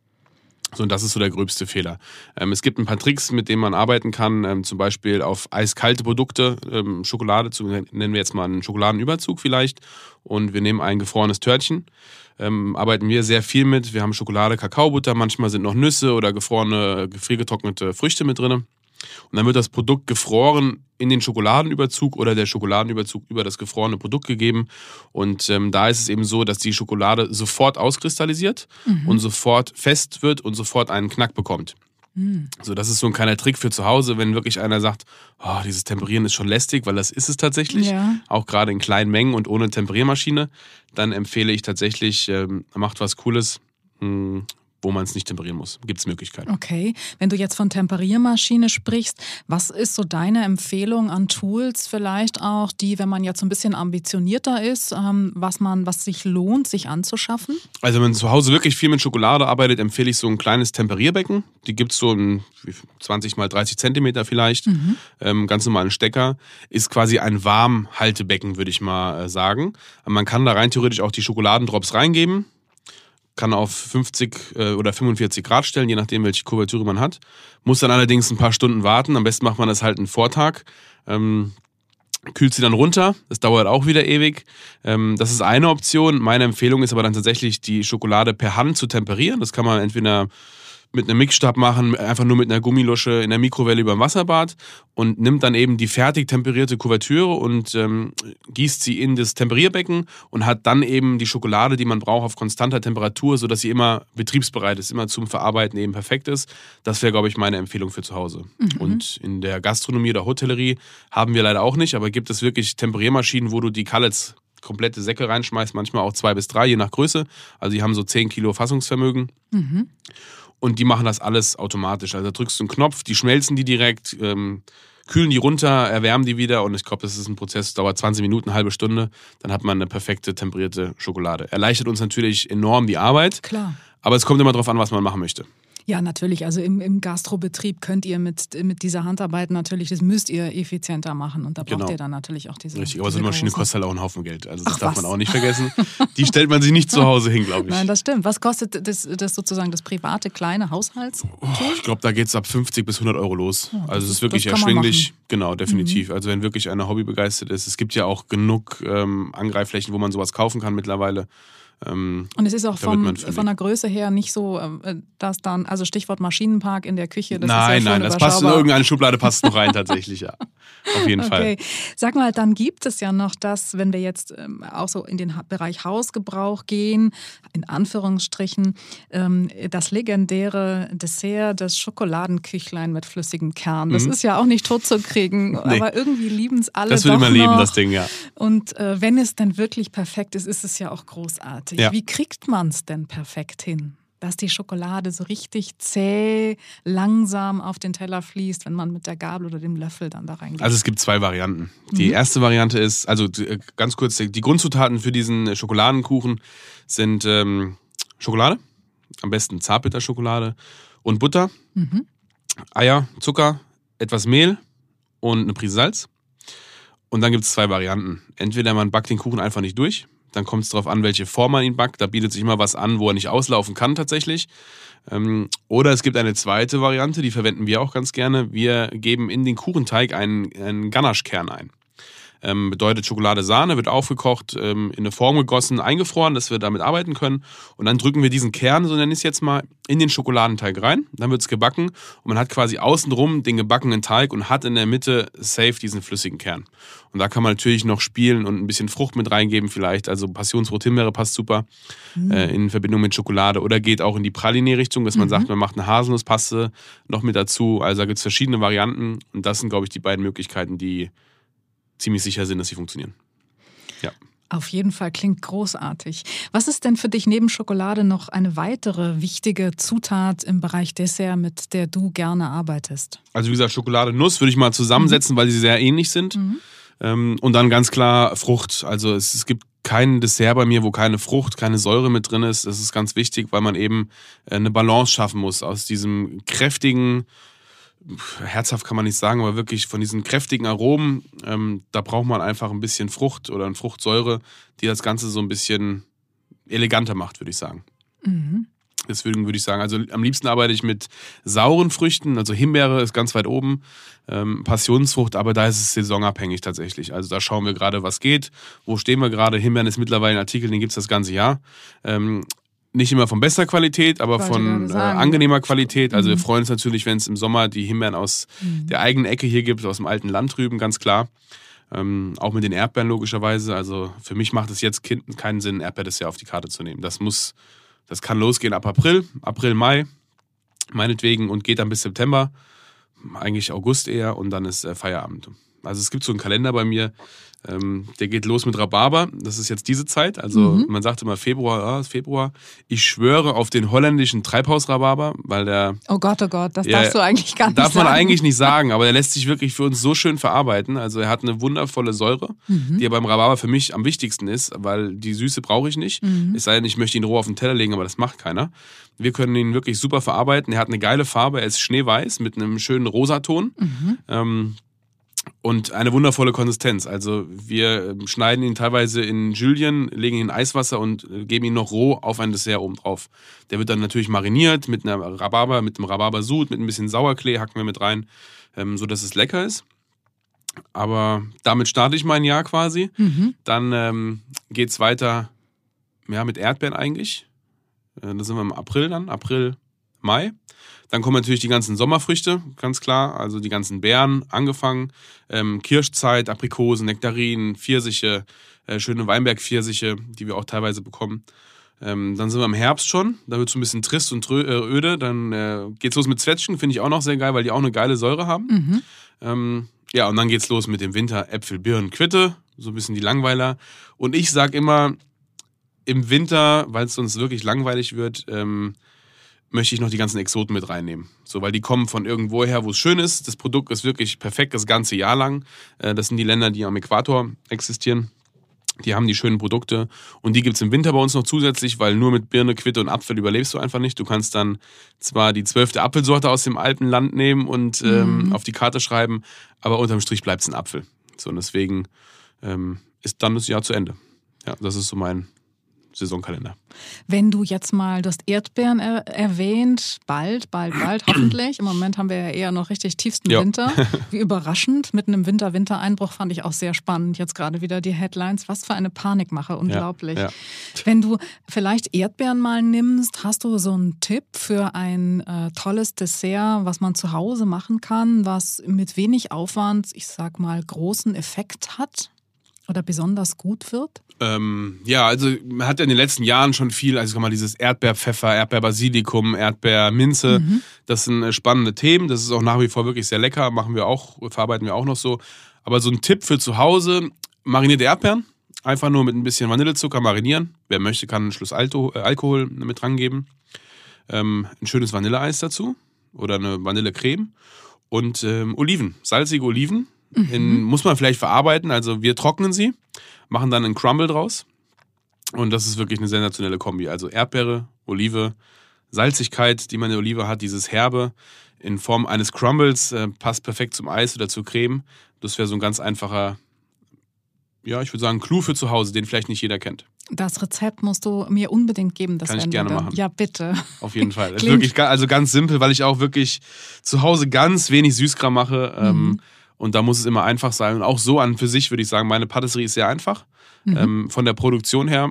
B: So, und das ist so der gröbste Fehler. Ähm, es gibt ein paar Tricks, mit denen man arbeiten kann, ähm, zum Beispiel auf eiskalte Produkte, ähm, Schokolade, zu, nennen wir jetzt mal einen Schokoladenüberzug vielleicht, und wir nehmen ein gefrorenes Törtchen, ähm, arbeiten wir sehr viel mit. Wir haben Schokolade, Kakaobutter, manchmal sind noch Nüsse oder gefrorene, gefriergetrocknete Früchte mit drin. Und dann wird das Produkt gefroren in den Schokoladenüberzug oder der Schokoladenüberzug über das gefrorene Produkt gegeben. Und ähm, da ist es eben so, dass die Schokolade sofort auskristallisiert mhm. und sofort fest wird und sofort einen Knack bekommt. Mhm. So, das ist so ein kleiner Trick für zu Hause, wenn wirklich einer sagt, oh, dieses Temperieren ist schon lästig, weil das ist es tatsächlich, ja. auch gerade in kleinen Mengen und ohne Temperiermaschine, dann empfehle ich tatsächlich, ähm, macht was Cooles, mh, wo man es nicht temperieren muss. Gibt es Möglichkeiten.
A: Okay, wenn du jetzt von Temperiermaschine sprichst, was ist so deine Empfehlung an Tools vielleicht auch, die, wenn man jetzt so ein bisschen ambitionierter ist, ähm, was man, was sich lohnt, sich anzuschaffen?
B: Also wenn man zu Hause wirklich viel mit Schokolade arbeitet, empfehle ich so ein kleines Temperierbecken. Die gibt es so in zwanzig mal dreißig Zentimeter vielleicht, mhm. ähm, ganz normalen Stecker. Ist quasi ein Warmhaltebecken, würde ich mal äh, sagen. Man kann da rein theoretisch auch die Schokoladendrops reingeben. Kann auf fünfzig oder fünfundvierzig Grad stellen, je nachdem, welche Kuvertüre man hat. Muss dann allerdings ein paar Stunden warten. Am besten macht man das halt einen Vortag. Ähm, kühlt sie dann runter. Das dauert auch wieder ewig. Ähm, das ist eine Option. Meine Empfehlung ist aber dann tatsächlich, die Schokolade per Hand zu temperieren. Das kann man entweder mit einem Mixstab machen, einfach nur mit einer Gummilusche in der Mikrowelle über dem Wasserbad und nimmt dann eben die fertig temperierte Kuvertüre und ähm, gießt sie in das Temperierbecken und hat dann eben die Schokolade, die man braucht, auf konstanter Temperatur, sodass sie immer betriebsbereit ist, immer zum Verarbeiten eben perfekt ist. Das wäre, glaube ich, meine Empfehlung für zu Hause. Mhm. Und in der Gastronomie oder Hotellerie haben wir leider auch nicht, aber gibt es wirklich Temperiermaschinen, wo du die Cullets komplette Säcke reinschmeißt, manchmal auch zwei bis drei, je nach Größe. Also die haben so zehn Kilo Fassungsvermögen. Mhm. Und die machen das alles automatisch. Also da drückst du einen Knopf, die schmelzen die direkt, ähm, kühlen die runter, erwärmen die wieder. Und ich glaube, das ist ein Prozess, dauert zwanzig Minuten, eine halbe Stunde. Dann hat man eine perfekte temperierte Schokolade. Erleichtert uns natürlich enorm die Arbeit.
A: Klar.
B: Aber es kommt immer darauf an, was man machen möchte.
A: Ja, natürlich. Also im, im Gastrobetrieb könnt ihr mit, mit dieser Handarbeit natürlich, das müsst ihr effizienter machen. Und da braucht
B: genau.
A: ihr dann natürlich auch diese.
B: Richtig, aber so eine Maschine kostet halt auch einen Haufen Geld. Also das
A: Ach,
B: darf
A: was?
B: man auch nicht vergessen. Die stellt man sich nicht zu Hause hin, glaube ich.
A: Nein, das stimmt. Was kostet das, das sozusagen das private kleine Haushalts?
B: Oh, ich glaube, da geht es ab fünfzig bis hundert Euro los.
A: Ja,
B: also es ist
A: ist,
B: wirklich erschwinglich. Genau, definitiv. Mhm. Also wenn wirklich einer Hobby begeistert ist. Es gibt ja auch genug ähm, Angreifflächen, wo man sowas kaufen kann mittlerweile. Ähm,
A: und es ist auch vom, von der Größe her nicht so, dass dann, also Stichwort Maschinenpark in der Küche, das
B: nein,
A: ist ja
B: nein, das passt in irgendeine Schublade, passt noch rein tatsächlich, ja. Auf jeden
A: okay.
B: Fall.
A: Sag mal, dann gibt es ja noch das, wenn wir jetzt ähm, auch so in den Bereich Hausgebrauch gehen, in Anführungsstrichen, ähm, das legendäre Dessert, das Schokoladenküchlein mit flüssigem Kern. Das mhm. ist ja auch nicht tot zu kriegen, nee. aber irgendwie lieben es alle.
B: Das will
A: doch
B: immer
A: noch.
B: leben, das Ding, ja.
A: Und äh, wenn es denn wirklich perfekt ist, ist es ja auch großartig.
B: Ja.
A: Wie kriegt man es denn perfekt hin? dass die Schokolade so richtig zäh, langsam auf den Teller fließt, wenn man mit der Gabel oder dem Löffel dann da reingeht?
B: Also es gibt zwei Varianten. Die
A: Mhm.
B: erste Variante ist, also ganz kurz, die Grundzutaten für diesen Schokoladenkuchen sind ähm, Schokolade, am besten Zartbitterschokolade und Butter,
A: Mhm.
B: Eier, Zucker, etwas Mehl und eine Prise Salz. Und dann gibt es zwei Varianten. Entweder man backt den Kuchen einfach nicht durch, dann kommt es darauf an, welche Form man ihn backt. Da bietet sich immer was an, wo er nicht auslaufen kann tatsächlich. Ähm, oder es gibt eine zweite Variante, die verwenden wir auch ganz gerne. Wir geben in den Kuchenteig einen, einen Ganache-Kern ein. Ähm, bedeutet Schokolade, Sahne, wird aufgekocht, ähm, in eine Form gegossen, eingefroren, dass wir damit arbeiten können. Und dann drücken wir diesen Kern, so nenne ich es jetzt mal, in den Schokoladenteig rein. Dann wird es gebacken und man hat quasi außenrum den gebackenen Teig und hat in der Mitte safe diesen flüssigen Kern. Und da kann man natürlich noch spielen und ein bisschen Frucht mit reingeben vielleicht. Also Passionsfrucht, Himbeere passt super mhm. äh, in Verbindung mit Schokolade. Oder geht auch in die Praline-Richtung, dass man mhm. sagt, man macht eine Haselnusspaste noch mit dazu. Also da gibt es verschiedene Varianten. Und das sind, glaube ich, die beiden Möglichkeiten, die ziemlich sicher sind, dass sie funktionieren. Ja.
A: Auf jeden Fall, klingt großartig. Was ist denn für dich neben Schokolade noch eine weitere wichtige Zutat im Bereich Dessert, mit der du gerne arbeitest?
B: Also wie gesagt, Schokolade, Nuss würde ich mal zusammensetzen, mhm. weil sie sehr ähnlich sind. Mhm. Ähm, und dann ganz klar Frucht. Also es, es gibt kein Dessert bei mir, wo keine Frucht, keine Säure mit drin ist. Das ist ganz wichtig, weil man eben eine Balance schaffen muss aus diesem kräftigen, herzhaft kann man nicht sagen, aber wirklich von diesen kräftigen Aromen, ähm, da braucht man einfach ein bisschen Frucht oder eine Fruchtsäure, die das Ganze so ein bisschen eleganter macht, würde ich sagen. Mhm. Deswegen würde ich sagen, also am liebsten arbeite ich mit sauren Früchten, also Himbeere ist ganz weit oben, ähm, Passionsfrucht, aber da ist es saisonabhängig tatsächlich. Also da schauen wir gerade, was geht, wo stehen wir gerade. Himbeeren ist mittlerweile ein Artikel, den gibt es das ganze Jahr. Ähm, Nicht immer von bester Qualität, aber von äh, angenehmer Qualität. Also mhm. wir freuen uns natürlich, wenn es im Sommer die Himbeeren aus mhm. der eigenen Ecke hier gibt, aus dem alten Land drüben, ganz klar. Ähm, auch mit den Erdbeeren logischerweise. Also für mich macht es jetzt keinen Sinn, Erdbeerdessert auf die Karte zu nehmen. Das muss, das kann losgehen ab April, April, Mai, meinetwegen, und geht dann bis September, eigentlich August eher, und dann ist äh, Feierabend. Also es gibt so einen Kalender bei mir, ähm, der geht los mit Rhabarber. Das ist jetzt diese Zeit. Also mhm. man sagt immer Februar, ja, Februar. Ich schwöre auf den holländischen Treibhausrhabarber, weil der...
A: Oh Gott, oh Gott, das ja, darfst du eigentlich gar nicht
B: darf
A: sagen.
B: Darf man eigentlich nicht sagen, aber der lässt sich wirklich für uns so schön verarbeiten. Also er hat eine wundervolle Säure, mhm. die ja beim Rhabarber für mich am wichtigsten ist, weil die Süße brauche ich nicht. Mhm. Es sei denn, ich möchte ihn roh auf den Teller legen, aber das macht keiner. Wir können ihn wirklich super verarbeiten. Er hat eine geile Farbe, er ist schneeweiß mit einem schönen Rosaton. Mhm. Ähm, Und eine wundervolle Konsistenz. Also wir schneiden ihn teilweise in Julienne, legen ihn in Eiswasser und geben ihn noch roh auf ein Dessert oben drauf. Der wird dann natürlich mariniert mit einer Rhabarber, mit einem Rhabarbersud, mit ein bisschen Sauerklee hacken wir mit rein, ähm, so dass es lecker ist. Aber damit starte ich mein Jahr quasi. Mhm. Dann ähm, geht's weiter, ja, mit Erdbeeren eigentlich. Äh, da sind wir im April dann, April, Mai. Dann kommen natürlich die ganzen Sommerfrüchte, ganz klar, also die ganzen Beeren angefangen, ähm, Kirschzeit, Aprikosen, Nektarinen, Pfirsiche, äh, schöne Weinberg-Pfirsiche, die wir auch teilweise bekommen. Ähm, dann sind wir im Herbst schon, da wird es ein bisschen trist und trö- äh, öde, dann äh, geht's los mit Zwetschgen, finde ich auch noch sehr geil, weil die auch eine geile Säure haben. Mhm. Ähm, ja, und dann geht's los mit dem Winter, Äpfel, Birnen, Quitte, so ein bisschen die Langweiler. Und ich sag immer, im Winter, weil es sonst wirklich langweilig wird, ähm, möchte ich noch die ganzen Exoten mit reinnehmen. So, weil die kommen von irgendwo her, wo es schön ist. Das Produkt ist wirklich perfekt das ganze Jahr lang. Das sind die Länder, die am Äquator existieren. Die haben die schönen Produkte. Und die gibt es im Winter bei uns noch zusätzlich, weil nur mit Birne, Quitte und Apfel überlebst du einfach nicht. Du kannst dann zwar die zwölfte Apfelsorte aus dem Alpenland nehmen und mhm. ähm, auf die Karte schreiben, aber unterm Strich bleibt es ein Apfel. So, und deswegen ähm, ist dann das Jahr zu Ende. Ja, das ist so mein Saisonkalender.
A: Wenn du jetzt mal, du hast Erdbeeren er- erwähnt, bald, bald, bald, hoffentlich. Im Moment haben wir ja eher noch richtig tiefsten ja. Winter. Wie überraschend, mitten im Winter, Wintereinbruch fand ich auch sehr spannend. Jetzt gerade wieder die Headlines. Was für eine Panikmache, unglaublich. Ja, ja. Wenn du vielleicht Erdbeeren mal nimmst, hast du so einen Tipp für ein äh, tolles Dessert, was man zu Hause machen kann, was mit wenig Aufwand, ich sag mal, großen Effekt hat oder besonders gut wird?
B: Ähm, ja, also man hat ja in den letzten Jahren schon viel, also mal dieses Erdbeerpfeffer, Erdbeerbasilikum, Erdbeerminze, mhm. das sind spannende Themen, das ist auch nach wie vor wirklich sehr lecker, machen wir auch, verarbeiten wir auch noch so. Aber so ein Tipp für zu Hause, marinierte Erdbeeren, einfach nur mit ein bisschen Vanillezucker marinieren. Wer möchte, kann einen Schluss Alto, äh, Alkohol mit dran geben. ähm, ein schönes Vanilleeis dazu oder eine Vanillecreme und ähm, Oliven, salzige Oliven. Mhm. In, muss man vielleicht verarbeiten, also wir trocknen sie, machen dann einen Crumble draus und das ist wirklich eine sensationelle Kombi. Also Erdbeere, Olive, Salzigkeit, die man in der Olive hat, dieses Herbe in Form eines Crumbles, äh, passt perfekt zum Eis oder zur Creme. Das wäre so ein ganz einfacher, ja, ich würde sagen, Clou für zu Hause, den vielleicht nicht jeder kennt.
A: Das Rezept musst du mir unbedingt geben. Das
B: Kann ich gerne machen.
A: Ja, bitte.
B: Auf jeden Fall. Das ist wirklich also ganz simpel, weil ich auch wirklich zu Hause ganz wenig Süßkram mache. Mhm. Ähm, und da muss es immer einfach sein. Und auch so an für sich würde ich sagen, meine Patisserie ist sehr einfach. Mhm. Ähm, von der Produktion her,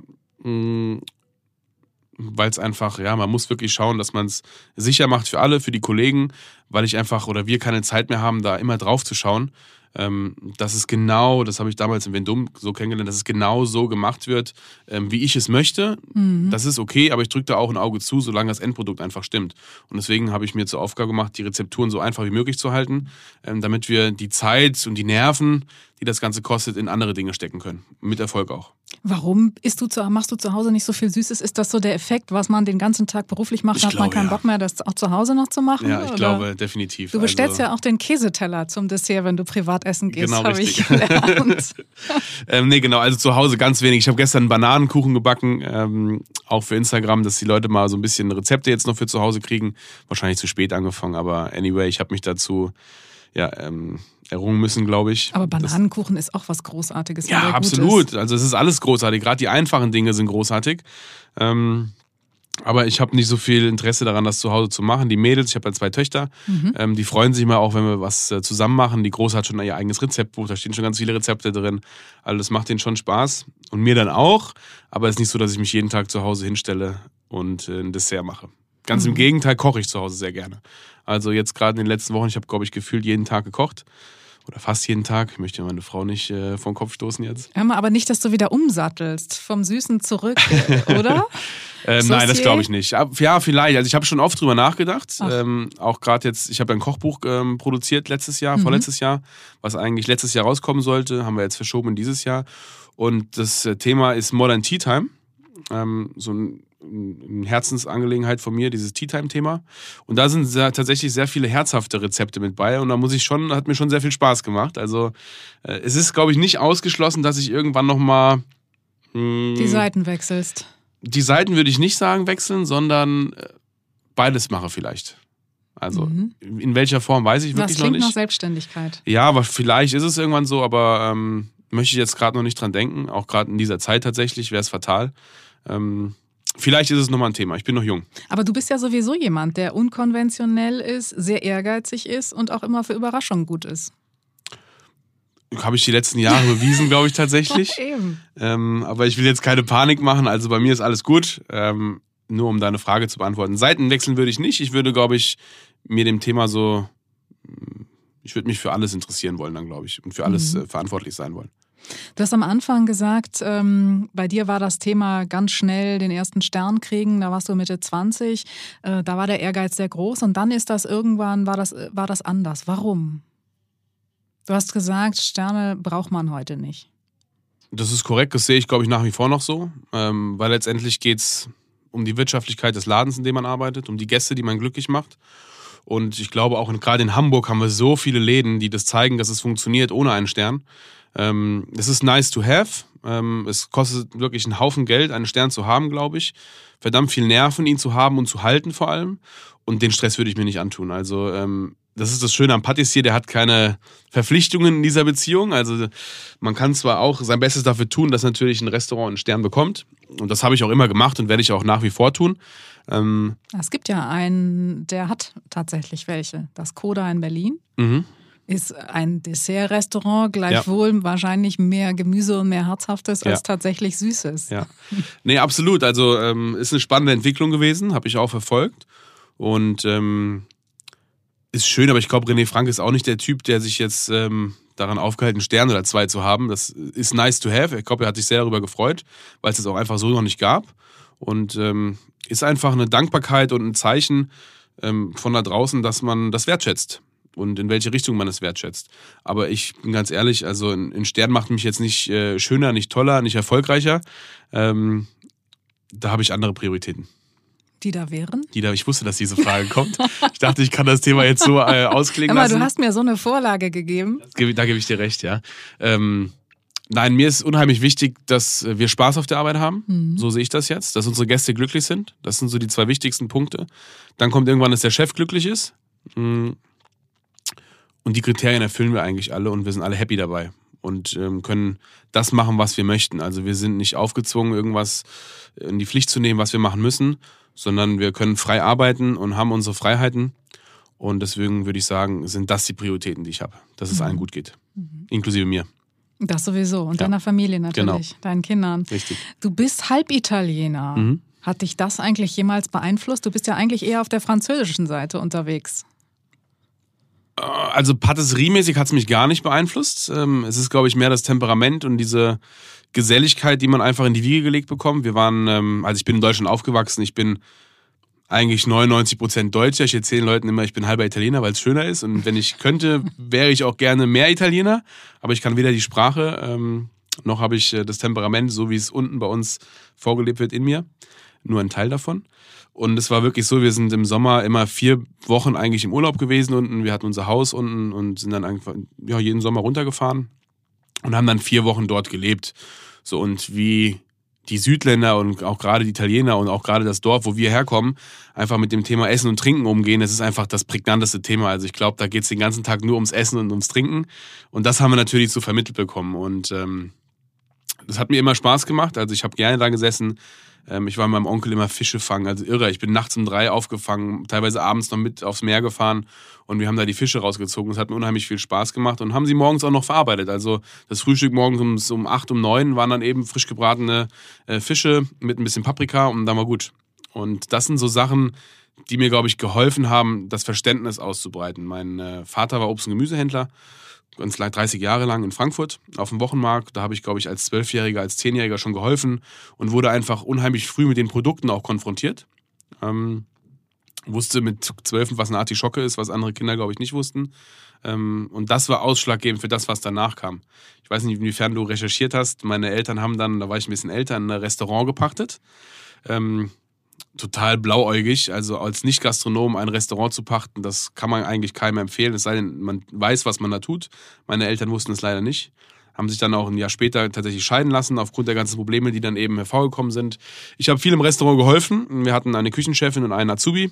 B: weil es einfach, ja, man muss wirklich schauen, dass man es sicher macht für alle, für die Kollegen, weil ich einfach oder wir keine Zeit mehr haben, da immer drauf zu schauen. Ähm, dass es genau, das habe ich damals in Vendôme so kennengelernt, dass es genau so gemacht wird, ähm, wie ich es möchte. Mhm. Das ist okay, aber ich drücke da auch ein Auge zu, solange das Endprodukt einfach stimmt. Und deswegen habe ich mir zur Aufgabe gemacht, die Rezepturen so einfach wie möglich zu halten, ähm, damit wir die Zeit und die Nerven, die das Ganze kostet, in andere Dinge stecken können. Mit Erfolg auch.
A: Warum isst du zu, machst du zu Hause nicht so viel Süßes? Ist das so der Effekt, was man den ganzen Tag beruflich macht?
B: Ich
A: hat
B: glaube,
A: man keinen
B: ja.
A: Bock mehr, das auch zu Hause noch zu machen?
B: Ja, ich
A: oder?
B: glaube definitiv.
A: Du bestellst
B: also,
A: ja auch den Käseteller zum Dessert, wenn du privat essen gehst,
B: genau,
A: habe ich gelernt.
B: ähm, nee, genau, also zu Hause ganz wenig. Ich habe gestern einen Bananenkuchen gebacken, ähm, auch für Instagram, dass die Leute mal so ein bisschen Rezepte jetzt noch für zu Hause kriegen. Wahrscheinlich zu spät angefangen, aber anyway, ich habe mich dazu ja, ähm, errungen müssen, glaube ich.
A: Aber Bananenkuchen das, ist auch was Großartiges.
B: Ja, absolut. Ist. Also es ist alles großartig. Gerade die einfachen Dinge sind großartig. Ähm, aber ich habe nicht so viel Interesse daran, das zu Hause zu machen. Die Mädels, ich habe ja zwei Töchter, mhm. ähm, die freuen sich immer auch, wenn wir was äh, zusammen machen. Die Große hat schon ihr eigenes Rezeptbuch, da stehen schon ganz viele Rezepte drin. Also das macht denen schon Spaß. Und mir dann auch. Aber es ist nicht so, dass ich mich jeden Tag zu Hause hinstelle und äh, ein Dessert mache. Ganz mhm. im Gegenteil, koche ich zu Hause sehr gerne. Also jetzt gerade in den letzten Wochen, ich habe, glaube ich, gefühlt jeden Tag gekocht. Oder fast jeden Tag. Ich möchte meine Frau nicht äh, vom Kopf stoßen jetzt.
A: Hör mal, aber nicht, dass du wieder umsattelst, vom Süßen zurück, oder?
B: äh, nein, das glaube ich nicht. Ja, vielleicht. Also ich habe schon oft drüber nachgedacht. Ähm, auch gerade jetzt, ich habe ein Kochbuch ähm, produziert letztes Jahr, mhm. vorletztes Jahr, was eigentlich letztes Jahr rauskommen sollte. Haben wir jetzt verschoben in dieses Jahr. Und das äh, Thema ist Modern Tea Time. Ähm, so ein eine Herzensangelegenheit von mir, dieses Tea-Time-Thema. Und da sind sehr, tatsächlich sehr viele herzhafte Rezepte mit bei und da muss ich schon, hat mir schon sehr viel Spaß gemacht. Also äh, es ist, glaube ich, nicht ausgeschlossen, dass ich irgendwann nochmal
A: die Seiten wechselst.
B: Die Seiten würde ich nicht sagen wechseln, sondern äh, beides mache vielleicht. Also mhm. in welcher Form weiß ich wirklich noch nicht.
A: Das klingt nach Selbstständigkeit.
B: Ja, aber vielleicht ist es irgendwann so, aber ähm, möchte ich jetzt gerade noch nicht dran denken. Auch gerade in dieser Zeit tatsächlich wäre es fatal. Ähm, Vielleicht ist es nochmal ein Thema. Ich bin noch jung.
A: Aber du bist ja sowieso jemand, der unkonventionell ist, sehr ehrgeizig ist und auch immer für Überraschungen gut ist.
B: Habe ich die letzten Jahre bewiesen, glaube ich, tatsächlich.
A: Eben.
B: Ähm, aber ich will jetzt keine Panik machen. Also bei mir ist alles gut. Ähm, nur um deine Frage zu beantworten. Seiten wechseln würde ich nicht. Ich würde, glaube ich, mir dem Thema so... Ich würde mich für alles interessieren wollen dann, glaube ich. Und für alles mhm. äh, verantwortlich sein wollen.
A: Du hast am Anfang gesagt, ähm, bei dir war das Thema ganz schnell den ersten Stern kriegen, da warst du Mitte zwanzig, äh, da war der Ehrgeiz sehr groß und dann ist das irgendwann, war das, war das anders. Warum? Du hast gesagt, Sterne braucht man heute nicht.
B: Das ist korrekt, das sehe ich, glaube ich, nach wie vor noch so, ähm, weil letztendlich geht es um die Wirtschaftlichkeit des Ladens, in dem man arbeitet, um die Gäste, die man glücklich macht. Und ich glaube auch, gerade in Hamburg haben wir so viele Läden, die das zeigen, dass es funktioniert ohne einen Stern. Ähm, es ist nice to have. Ähm, es kostet wirklich einen Haufen Geld, einen Stern zu haben, glaube ich. Verdammt viel Nerven, ihn zu haben und zu halten vor allem. Und den Stress würde ich mir nicht antun. Also ähm, das ist das Schöne am Patissier, der hat keine Verpflichtungen in dieser Beziehung. Also man kann zwar auch sein Bestes dafür tun, dass natürlich ein Restaurant einen Stern bekommt. Und das habe ich auch immer gemacht und werde ich auch nach wie vor tun. Ähm,
A: es gibt ja einen, der hat tatsächlich welche. Das Coda in Berlin. Mhm. Ist ein Dessert-Restaurant, gleichwohl ja. wahrscheinlich mehr Gemüse und mehr Herzhaftes als ja. tatsächlich Süßes.
B: Ja, nee, absolut. Also ähm, ist eine spannende Entwicklung gewesen, habe ich auch verfolgt. Und ähm, ist schön, aber ich glaube, René Frank ist auch nicht der Typ, der sich jetzt ähm, daran aufgehalten, einen Stern oder zwei zu haben. Das ist nice to have. Ich glaube, er hat sich sehr darüber gefreut, weil es es auch einfach so noch nicht gab. Und ähm, ist einfach eine Dankbarkeit und ein Zeichen ähm, von da draußen, dass man das wertschätzt. Und in welche Richtung man es wertschätzt. Aber ich bin ganz ehrlich, also ein Stern macht mich jetzt nicht äh, schöner, nicht toller, nicht erfolgreicher. Ähm, da habe ich andere Prioritäten.
A: Die da wären?
B: Die da, ich wusste, dass diese Frage kommt. Ich dachte, ich kann das Thema jetzt so äh, ausklingen
A: Aber
B: lassen.
A: du hast mir so eine Vorlage gegeben.
B: Das, da gebe ich dir recht, ja. Ähm, nein, mir ist unheimlich wichtig, dass wir Spaß auf der Arbeit haben. Mhm. So sehe ich das jetzt. Dass unsere Gäste glücklich sind. Das sind so die zwei wichtigsten Punkte. Dann kommt irgendwann, dass der Chef glücklich ist. Und die Kriterien erfüllen wir eigentlich alle und wir sind alle happy dabei. Und ähm, können das machen, was wir möchten. Also wir sind nicht aufgezwungen, irgendwas in die Pflicht zu nehmen, was wir machen müssen, sondern wir können frei arbeiten und haben unsere Freiheiten. Und deswegen würde ich sagen, sind das die Prioritäten, die ich habe. Dass es mhm. allen gut geht. Mhm. Inklusive mir.
A: Das sowieso. Und ja. deiner Familie natürlich. Genau. Deinen Kindern.
B: Richtig.
A: Du bist Halbitaliener. Mhm. Hat dich das eigentlich jemals beeinflusst? Du bist ja eigentlich eher auf der französischen Seite unterwegs.
B: Also Patisserie-mäßig hat es mich gar nicht beeinflusst. Es ist, glaube ich, mehr das Temperament und diese Geselligkeit, die man einfach in die Wiege gelegt bekommt. Wir waren, also ich bin in Deutschland aufgewachsen, ich bin eigentlich neunundneunzig Prozent Deutscher. Ich erzähle Leuten immer, ich bin halber Italiener, weil es schöner ist. Und wenn ich könnte, wäre ich auch gerne mehr Italiener. Aber ich kann weder die Sprache, ähm, noch habe ich das Temperament, so wie es unten bei uns vorgelebt wird, in mir. Nur ein Teil davon. Und es war wirklich so, wir sind im Sommer immer vier Wochen eigentlich im Urlaub gewesen unten. Wir hatten unser Haus unten und sind dann einfach ja, jeden Sommer runtergefahren und haben dann vier Wochen dort gelebt. So, und wie die Südländer und auch gerade die Italiener und auch gerade das Dorf, wo wir herkommen, einfach mit dem Thema Essen und Trinken umgehen, das ist einfach das prägnanteste Thema. Also ich glaube, da geht es den ganzen Tag nur ums Essen und ums Trinken. Und das haben wir natürlich so vermittelt bekommen. Und ähm, das hat mir immer Spaß gemacht. Also ich habe gerne da gesessen. Ich war mit meinem Onkel immer Fische fangen, also irre. Ich bin nachts um drei aufgefangen, teilweise abends noch mit aufs Meer gefahren und wir haben da die Fische rausgezogen. Es hat mir unheimlich viel Spaß gemacht und haben sie morgens auch noch verarbeitet. Also das Frühstück morgens um, um acht, um neun waren dann eben frisch gebratene äh, Fische mit ein bisschen Paprika und dann war gut. Und das sind so Sachen, die mir, glaube ich, geholfen haben, das Verständnis auszubreiten. Mein äh, Vater war Obst- und Gemüsehändler, ganz lang, dreißig Jahre lang in Frankfurt auf dem Wochenmarkt. Da habe ich, glaube ich, als Zwölfjähriger, als Zehnjähriger schon geholfen und wurde einfach unheimlich früh mit den Produkten auch konfrontiert. Ähm, wusste mit zwölf, was eine Artischocke ist, was andere Kinder, glaube ich, nicht wussten. Ähm, und das war ausschlaggebend für das, was danach kam. Ich weiß nicht, inwiefern du recherchiert hast. Meine Eltern haben dann, da war ich ein bisschen älter, ein Restaurant gepachtet. Ähm, total blauäugig, also als Nicht-Gastronom ein Restaurant zu pachten, das kann man eigentlich keinem empfehlen, es sei denn, man weiß, was man da tut. Meine Eltern wussten es leider nicht, haben sich dann auch ein Jahr später tatsächlich scheiden lassen, aufgrund der ganzen Probleme, die dann eben hervorgekommen sind. Ich habe viel im Restaurant geholfen, wir hatten eine Küchenchefin und einen Azubi.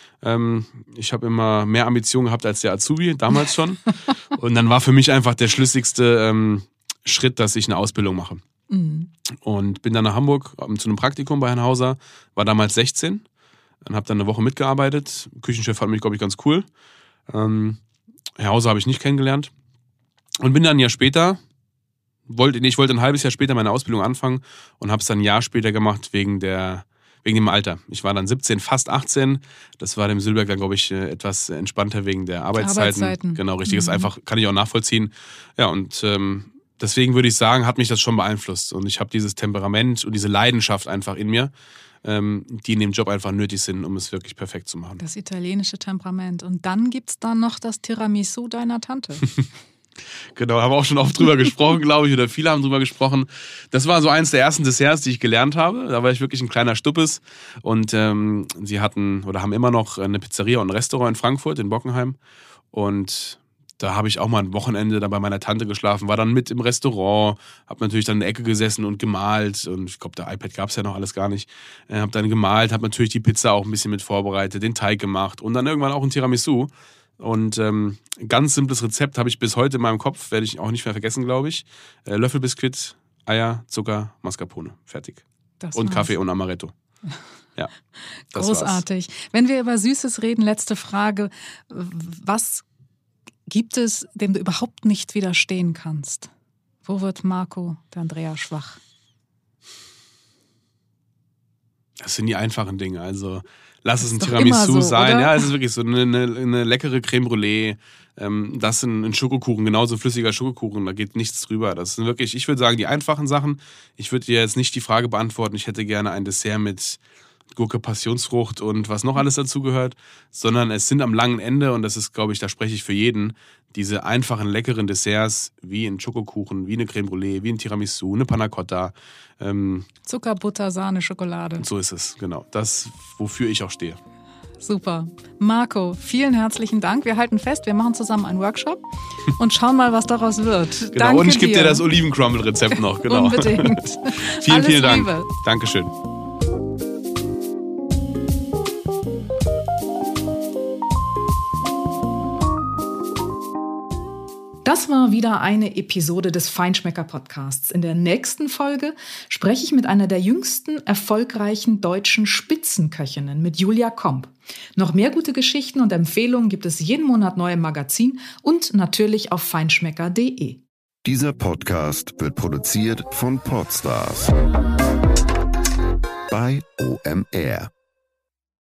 B: Ich habe immer mehr Ambitionen gehabt als der Azubi, damals schon. Und dann war für mich einfach der schlüssigste Schritt, dass ich eine Ausbildung mache. Mhm. Und bin dann nach Hamburg zu einem Praktikum bei Herrn Hauser, war damals sechzehn, dann habe dann eine Woche mitgearbeitet. Küchenchef fand mich, glaube ich, ganz cool. Ähm, Herr Hauser habe ich nicht kennengelernt und bin dann ein Jahr später, wollte, nee, ich wollte ein halbes Jahr später meine Ausbildung anfangen und habe es dann ein Jahr später gemacht wegen der wegen dem Alter. Ich war dann siebzehn, fast achtzehn. Das war dem Sülberg dann, glaube ich, etwas entspannter wegen der Arbeitszeiten. Arbeitszeiten. Genau, richtig. Mhm. Das einfach, kann ich auch nachvollziehen. Ja, und ähm, deswegen würde ich sagen, hat mich das schon beeinflusst. Und ich habe dieses Temperament und diese Leidenschaft einfach in mir, ähm, die in dem Job einfach nötig sind, um es wirklich perfekt zu machen.
A: Das italienische Temperament. Und dann gibt es dann noch das Tiramisu deiner Tante.
B: Genau, haben wir auch schon oft drüber gesprochen, glaube ich, oder viele haben drüber gesprochen. Das war so eins der ersten Desserts, die ich gelernt habe. Da war ich wirklich ein kleiner Stuppes. Und ähm, sie hatten oder haben immer noch eine Pizzeria und ein Restaurant in Frankfurt, in Bockenheim. Und da habe ich auch mal ein Wochenende da bei meiner Tante geschlafen, war dann mit im Restaurant, habe natürlich dann in der Ecke gesessen und gemalt. Und ich glaube, der iPad gab es ja noch alles gar nicht. Äh, habe dann gemalt, habe natürlich die Pizza auch ein bisschen mit vorbereitet, den Teig gemacht und dann irgendwann auch ein Tiramisu. Und ähm, ganz simples Rezept habe ich bis heute in meinem Kopf, werde ich auch nicht mehr vergessen, glaube ich. Äh, Löffelbiskuit, Eier, Zucker, Mascarpone. Fertig. Das und war's. Kaffee und Amaretto. Ja, das
A: großartig. War's. Wenn wir über Süßes reden, letzte Frage. Was gibt es, dem du überhaupt nicht widerstehen kannst? Wo wird Marco, der Andrea, schwach?
B: Das sind die einfachen Dinge. Also lass es ein Tiramisu so, sein. Oder? Ja, es ist wirklich so eine, eine, eine leckere Creme Brûlée. Ähm, das ist ein, ein Schokokuchen, genauso ein flüssiger Schokokuchen. Da geht nichts drüber. Das sind wirklich, ich würde sagen, die einfachen Sachen. Ich würde dir jetzt nicht die Frage beantworten, ich hätte gerne ein Dessert mit Gurke, Passionsfrucht und was noch alles dazugehört, sondern es sind am langen Ende, und das ist, glaube ich, da spreche ich für jeden, diese einfachen, leckeren Desserts, wie ein Schokokuchen, wie eine Creme Brûlée, wie ein Tiramisu, eine Panna Cotta. Ähm,
A: Zucker, Butter, Sahne, Schokolade.
B: So ist es, genau. Das, wofür ich auch stehe.
A: Super. Marco, vielen herzlichen Dank. Wir halten fest, wir machen zusammen einen Workshop und schauen mal, was daraus wird.
B: Genau,
A: Danke
B: und ich gebe
A: dir.
B: dir das Olivencrumble-Rezept noch. Genau.
A: Unbedingt.
B: vielen,
A: Alles
B: vielen Dank.
A: Liebe.
B: Dankeschön.
A: Das war wieder eine Episode des Feinschmecker-Podcasts. In der nächsten Folge spreche ich mit einer der jüngsten erfolgreichen deutschen Spitzenköchinnen, mit Julia Komp. Noch mehr gute Geschichten und Empfehlungen gibt es jeden Monat neu im Magazin und natürlich auf feinschmecker punkt de.
C: Dieser Podcast wird produziert von Podstars bei O M R.